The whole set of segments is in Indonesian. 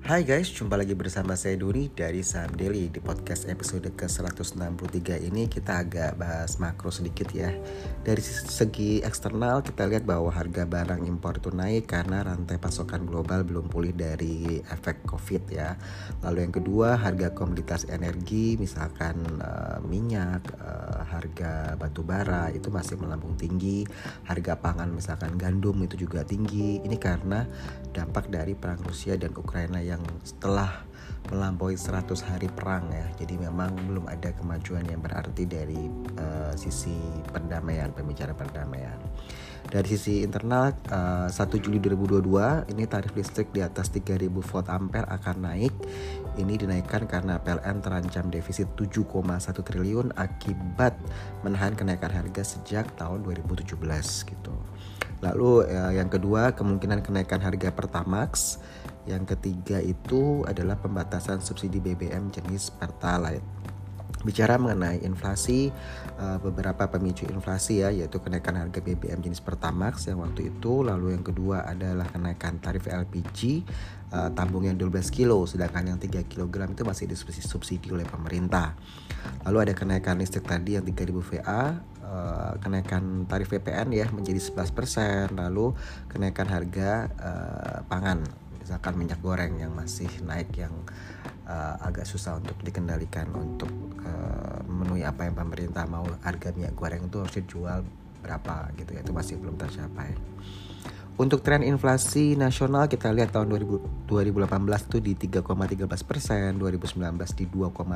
Hai guys, jumpa lagi bersama saya Doni dari Saham Daily. Di podcast episode ke-163 ini kita agak bahas makro sedikit ya. Dari segi eksternal kita lihat bahwa harga barang impor itu naik karena rantai pasokan global belum pulih dari efek COVID ya. Lalu yang kedua, harga komoditas energi misalkan minyak, harga batu bara itu masih melambung tinggi. Harga pangan misalkan gandum itu juga tinggi. Ini karena dampak dari perang Rusia dan Ukraina yang setelah melampaui 100 hari perang ya. Jadi memang belum ada kemajuan yang berarti dari sisi pembicaraan perdamaian. Dari sisi internal 1 Juli 2022 ini tarif listrik di atas 3000 volt ampere akan naik. Ini dinaikkan karena PLN terancam defisit 7,1 triliun akibat menahan kenaikan harga sejak tahun 2017 gitu. Lalu yang kedua kemungkinan kenaikan harga Pertamax. Yang ketiga itu adalah pembatasan subsidi BBM jenis Pertalite. Bicara mengenai inflasi, beberapa pemicu inflasi ya, yaitu kenaikan harga BBM jenis Pertamax yang waktu itu. Lalu yang kedua adalah kenaikan tarif LPG tabung yang 12 kilo, sedangkan yang 3 kg itu masih disubsidi oleh pemerintah. Lalu ada kenaikan listrik tadi yang 3000 VA, kenaikan tarif PPN ya menjadi 11%, lalu kenaikan harga pangan, misalkan minyak goreng yang masih naik yang agak susah untuk dikendalikan untuk memenuhi apa yang pemerintah mau. Harga minyak goreng itu harus dijual berapa gitu ya, itu masih belum tercapai. Untuk tren inflasi nasional kita lihat tahun 2018 itu di 3,13%, 2019 di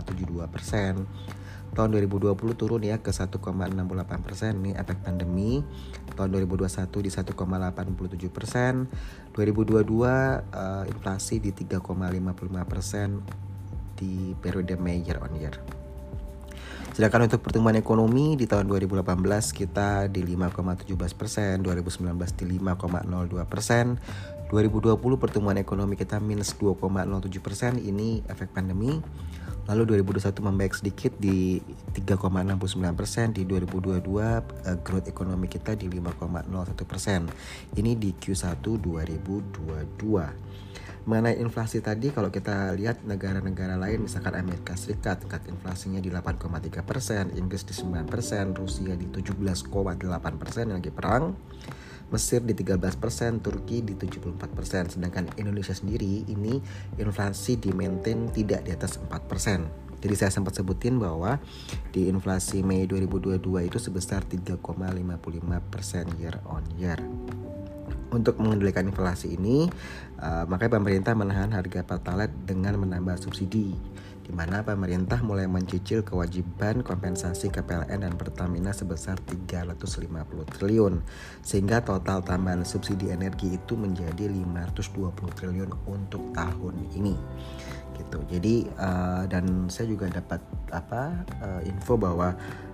2,72%. Tahun 2020 turun ya ke 1,68%, ini efek pandemi. Tahun 2021 di 1,87%, 2022 inflasi di 3,55% di periode Mei year on year. Sedangkan untuk pertumbuhan ekonomi di tahun 2018 kita di 5,17%, 2019 di 5,02%, 2020 pertumbuhan ekonomi kita minus 2,07%, ini efek pandemi. Lalu 2021 membaik sedikit di 3,69%, di 2022 growth ekonomi kita di 5,01%. Ini di Q1 2022. Mengenai inflasi tadi, kalau kita lihat negara-negara lain, misalkan Amerika Serikat tingkat inflasinya di 8,3%, Inggris di 9%, Rusia di 17,8% yang lagi perang, Mesir di 13%, Turki di 74%, sedangkan Indonesia sendiri ini inflasi di maintain tidak di atas 4%. Jadi saya sempat sebutin bahwa di inflasi Mei 2022 itu sebesar 3,55% year on year. Untuk mengendalikan inflasi ini, makanya pemerintah menahan harga Pertalite dengan menambah subsidi, di mana pemerintah mulai mencicil kewajiban kompensasi ke PLN dan Pertamina sebesar 350 triliun, sehingga total tambahan subsidi energi itu menjadi 520 triliun untuk tahun ini. Gitu. Jadi dan saya juga dapat info bahwa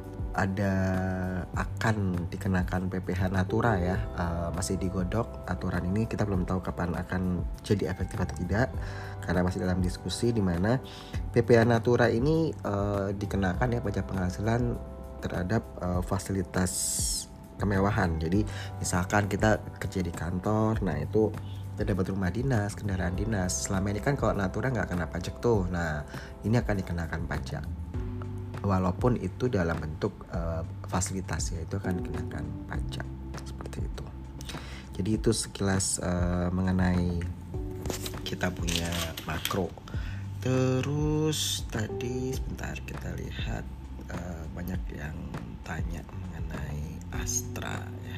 akan dikenakan PPh Natura ya, masih digodok aturan ini. Kita belum tahu kapan akan jadi efektif atau tidak karena masih dalam diskusi, di mana PPh Natura ini dikenakan ya pajak penghasilan terhadap fasilitas kemewahan. Jadi misalkan kita kerja di kantor, nah itu kita dapat rumah dinas, kendaraan dinas. Selama ini kan kalau Natura nggak kena pajak tuh, nah ini akan dikenakan pajak. Walaupun itu dalam bentuk fasilitas ya, itu akan dikenakan pajak seperti itu. Jadi itu sekilas mengenai kita punya makro. Terus tadi sebentar kita lihat banyak yang tanya mengenai Astra ya.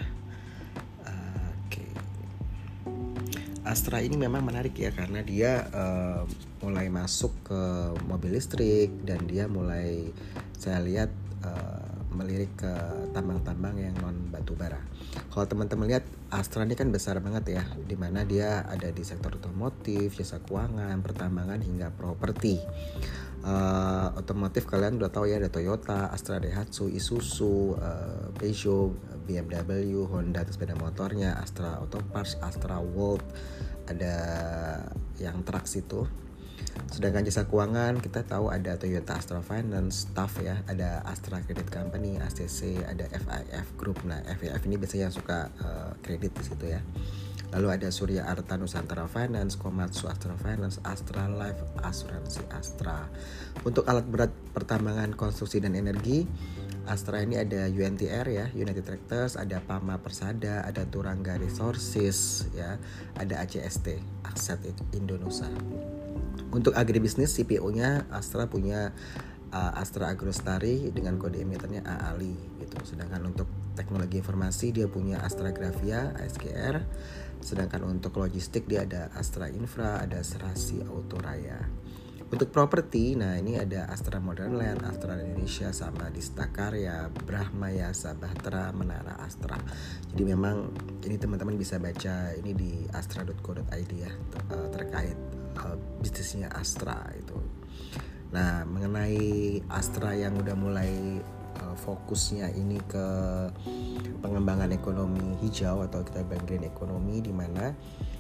Astra ini memang menarik ya karena dia mulai masuk ke mobil listrik dan dia mulai, saya lihat, melirik ke tambang-tambang yang non batu bara. Kalau teman-teman lihat, Astra ini kan besar banget ya, dimana dia ada di sektor otomotif, jasa keuangan, pertambangan hingga properti. Otomotif kalian udah tahu ya, ada Toyota, Astra Daihatsu, Isuzu, Peugeot, BMW, Honda itu sepeda motornya, Astra Auto Parts, Astra World, ada yang trucks itu. Sedangkan jasa keuangan kita tahu ada Toyota Astra Finance, TAF ya, ada Astra Credit Company, ACC, ada FIF Group. Nah, FIF ini biasanya yang suka kredit di situ ya. Lalu ada Surya Arta Nusantara Finance, Komatsu Astra Finance, Astra Life, Asuransi Astra. Untuk alat berat pertambangan, konstruksi dan energi, Astra ini ada UNTR ya, United Tractors, ada Pama Persada, ada Turangga Resources ya, ada ACST, Aset Indonesia. Untuk agribisnis CPO-nya Astra punya Astra Agrostari dengan kode emitennya AALI gitu. Sedangkan untuk teknologi informasi dia punya Astra Grafia ASGR. Sedangkan untuk logistik dia ada Astra Infra, ada Serasi Autoraya. Untuk properti, nah ini ada Astra Modern Land, Astra Indonesia, sama Dista Karya, Brahmaya, Sabahtera, Menara Astra. Jadi memang ini teman-teman bisa baca ini di astra.co.id ya, terkait bisnisnya Astra itu. Nah, mengenai Astra yang udah mulai fokusnya ini ke pengembangan ekonomi hijau atau kita bilang green economy, di mana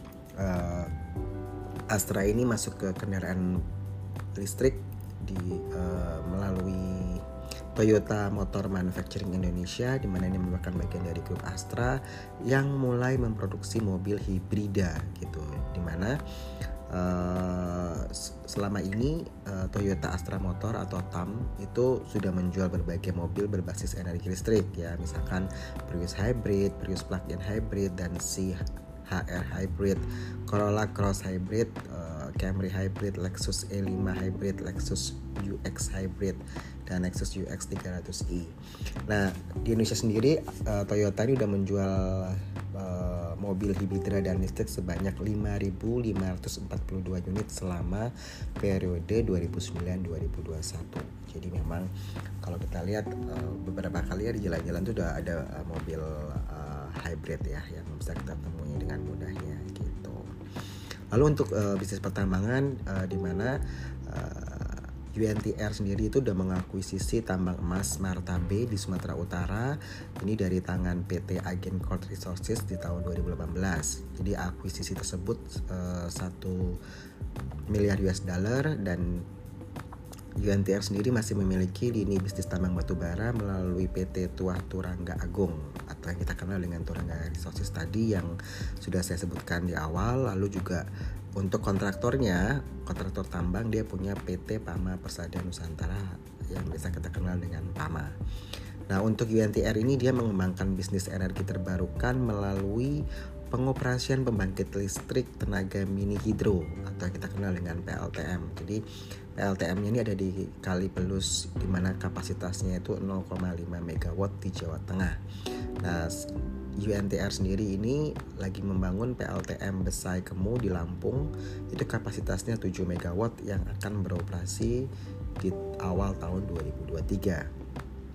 Astra ini masuk ke kendaraan listrik melalui Toyota Motor Manufacturing Indonesia, di mana ini merupakan bagian dari grup Astra yang mulai memproduksi mobil hibrida gitu, di mana selama ini Toyota Astra Motor atau TAM itu sudah menjual berbagai mobil berbasis energi listrik ya, misalkan Prius Hybrid, Prius Plug-in Hybrid, dan HR Hybrid, Corolla Cross Hybrid, Camry Hybrid, Lexus E5 Hybrid, Lexus UX Hybrid, dan Lexus UX 300i. Nah, di Indonesia sendiri Toyota ini udah menjual mobil hibrida dan listrik sebanyak 5.542 unit selama periode 2009-2021. Jadi memang kalau kita lihat beberapa kali ya di jalan-jalan tuh udah ada mobil hybrid ya yang bisa kita temui dengan mudahnya gitu. Lalu untuk bisnis pertambangan, di mana UNTR sendiri itu udah mengakuisisi tambang emas Marta B di Sumatera Utara ini dari tangan PT Agen Gold Resources di tahun 2018. Jadi akuisisi tersebut 1 miliar US dollar, dan UNTR sendiri masih memiliki lini bisnis tambang batubara melalui PT Tuah Turangga Agung atau yang kita kenal dengan Turangga Resources tadi yang sudah saya sebutkan di awal. Lalu juga untuk kontraktor tambang dia punya PT Pama Persada Nusantara yang biasa kita kenal dengan Pama. Nah, untuk UNTR ini dia mengembangkan bisnis energi terbarukan melalui pengoperasian pembangkit listrik tenaga mini hidro atau yang kita kenal dengan PLTM. Jadi PLTM-nya ini ada di Kali Pelus, di mana kapasitasnya itu 0,5 MW di Jawa Tengah. Nah, UNTR sendiri ini lagi membangun PLTM Besai Kemu di Lampung, itu kapasitasnya 7 MW yang akan beroperasi di awal tahun 2023.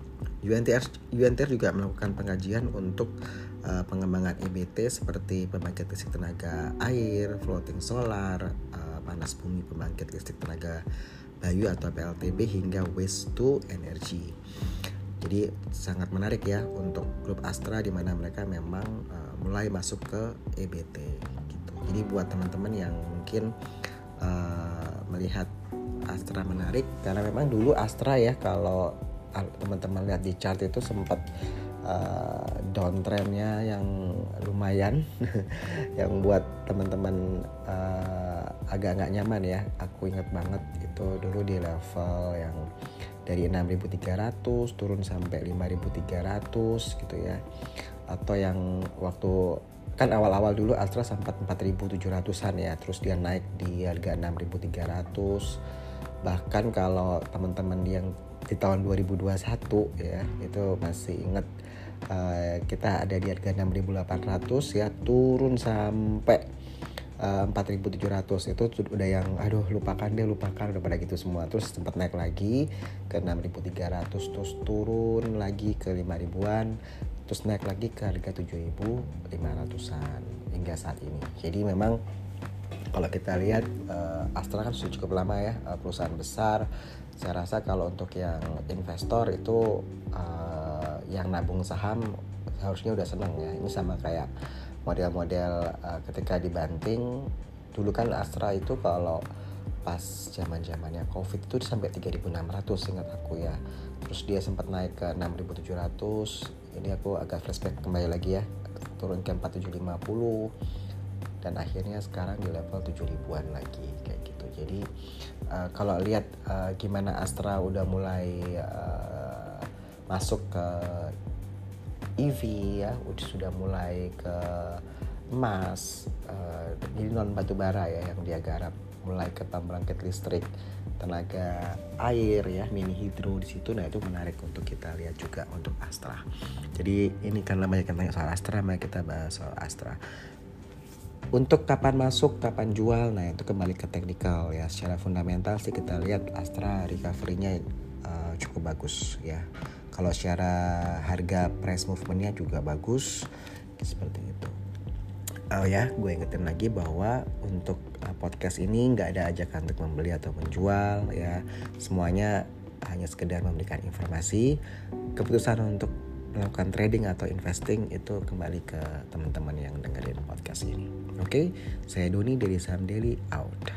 UNTR juga melakukan pengajian untuk pengembangan EBT seperti pembangkit listrik tenaga air, floating solar, panas bumi, pembangkit listrik tenaga bayu atau PLTB, hingga waste to energy. Jadi sangat menarik ya untuk grup Astra, di mana mereka memang mulai masuk ke EBT gitu. Jadi buat teman-teman yang mungkin melihat Astra menarik, karena memang dulu Astra ya, kalau teman-teman lihat di chart itu sempat downtrendnya yang lumayan yang buat teman-teman agak nggak nyaman ya. Aku ingat banget itu dulu di level yang dari 6.300 turun sampai 5.300 gitu ya, atau yang waktu kan awal-awal dulu Astra sempat 4.700-an ya, terus dia naik di harga 6.300. Bahkan kalau teman-teman yang di tahun 2021 ya itu masih ingat, kita ada di harga 6.800 ya, turun sampai 4.700. itu udah yang lupakan udah pada gitu semua. Terus sempat naik lagi ke 6.300, terus turun lagi ke 5.000-an, terus naik lagi ke harga 7.500-an hingga saat ini. Jadi memang kalau kita lihat Astra kan sudah cukup lama ya, perusahaan besar. Saya rasa kalau untuk yang investor itu yang nabung saham harusnya udah seneng ya. Ini sama kayak model-model ketika dibanting dulu kan Astra itu kalau pas zaman-zamannya Covid itu sampai 3.600 ingat aku ya. Terus dia sempat naik ke 6.700. Ini aku agak flashback kembali lagi ya, turun ke 4.750. dan akhirnya sekarang di level 7 ribuan lagi kayak gitu. Jadi kalau lihat gimana Astra udah mulai masuk ke EV ya, sudah mulai ke emas, jadi non batubara ya yang dia garap, mulai ke pembangkit listrik tenaga air ya, mini hidro di situ. Nah itu menarik untuk kita lihat juga untuk Astra. Jadi ini karena banyak yang tanya soal Astra, mari kita bahas soal Astra. Untuk kapan masuk, kapan jual, nah itu kembali ke teknikal ya. Secara fundamental sih kita lihat Astra recovery-nya cukup bagus ya. Kalau secara harga price movement-nya juga bagus seperti itu. Oh ya, gue ingetin lagi bahwa untuk podcast ini nggak ada ajakan untuk membeli atau menjual ya. Semuanya hanya sekedar memberikan informasi. Keputusan untuk melakukan trading atau investing itu kembali ke teman-teman yang dengerin podcast ini. Oke, saya Doni dari Saham Daily out.